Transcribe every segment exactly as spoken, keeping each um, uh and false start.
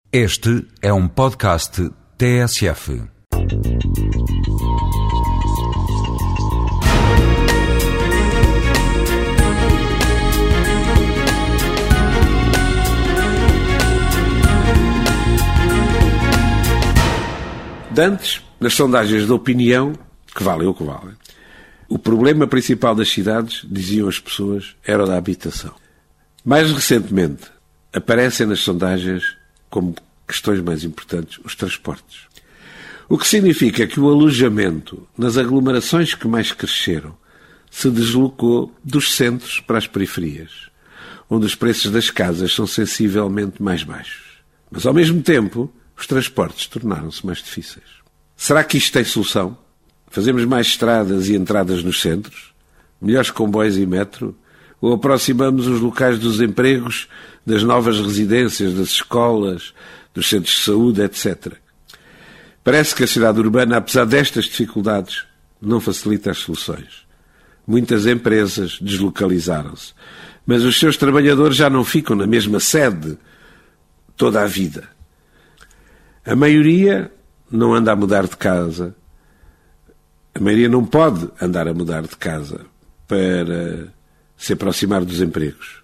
Este é um podcast T S F. De antes, nas sondagens de opinião, que valem o que valem, o problema principal das cidades, diziam as pessoas, era o da habitação. Mais recentemente, aparecem nas sondagens como questões mais importantes os transportes. O que significa que o alojamento nas aglomerações que mais cresceram se deslocou dos centros para as periferias, onde os preços das casas são sensivelmente mais baixos. Mas, ao mesmo tempo, os transportes tornaram-se mais difíceis. Será que isto tem solução? Fazemos mais estradas e entradas nos centros? Melhores comboios e metro? Ou aproximamos os locais dos empregos, das novas residências, das escolas, dos centros de saúde, etcétera? Parece que a cidade urbana, apesar destas dificuldades, não facilita as soluções. Muitas empresas deslocalizaram-se, mas os seus trabalhadores já não ficam na mesma sede toda a vida. A maioria não anda a mudar de casa. A maioria não pode andar a mudar de casa para se aproximar dos empregos.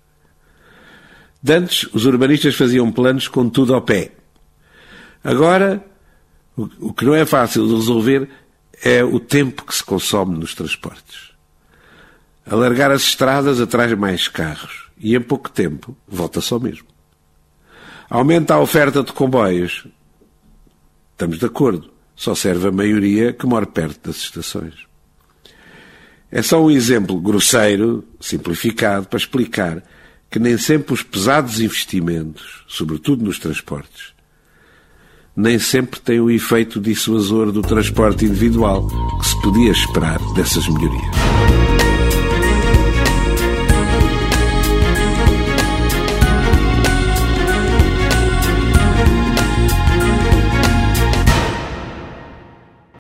De antes, os urbanistas faziam planos com tudo ao pé. Agora, o que não é fácil de resolver é o tempo que se consome nos transportes. Alargar as estradas atrai mais carros e, em pouco tempo, volta-se ao mesmo. Aumenta a oferta de comboios. Estamos de acordo. Só serve a maioria que mora perto das estações. É só um exemplo grosseiro, simplificado, para explicar que nem sempre os pesados investimentos, sobretudo nos transportes, nem sempre têm o efeito dissuasor do transporte individual que se podia esperar dessas melhorias.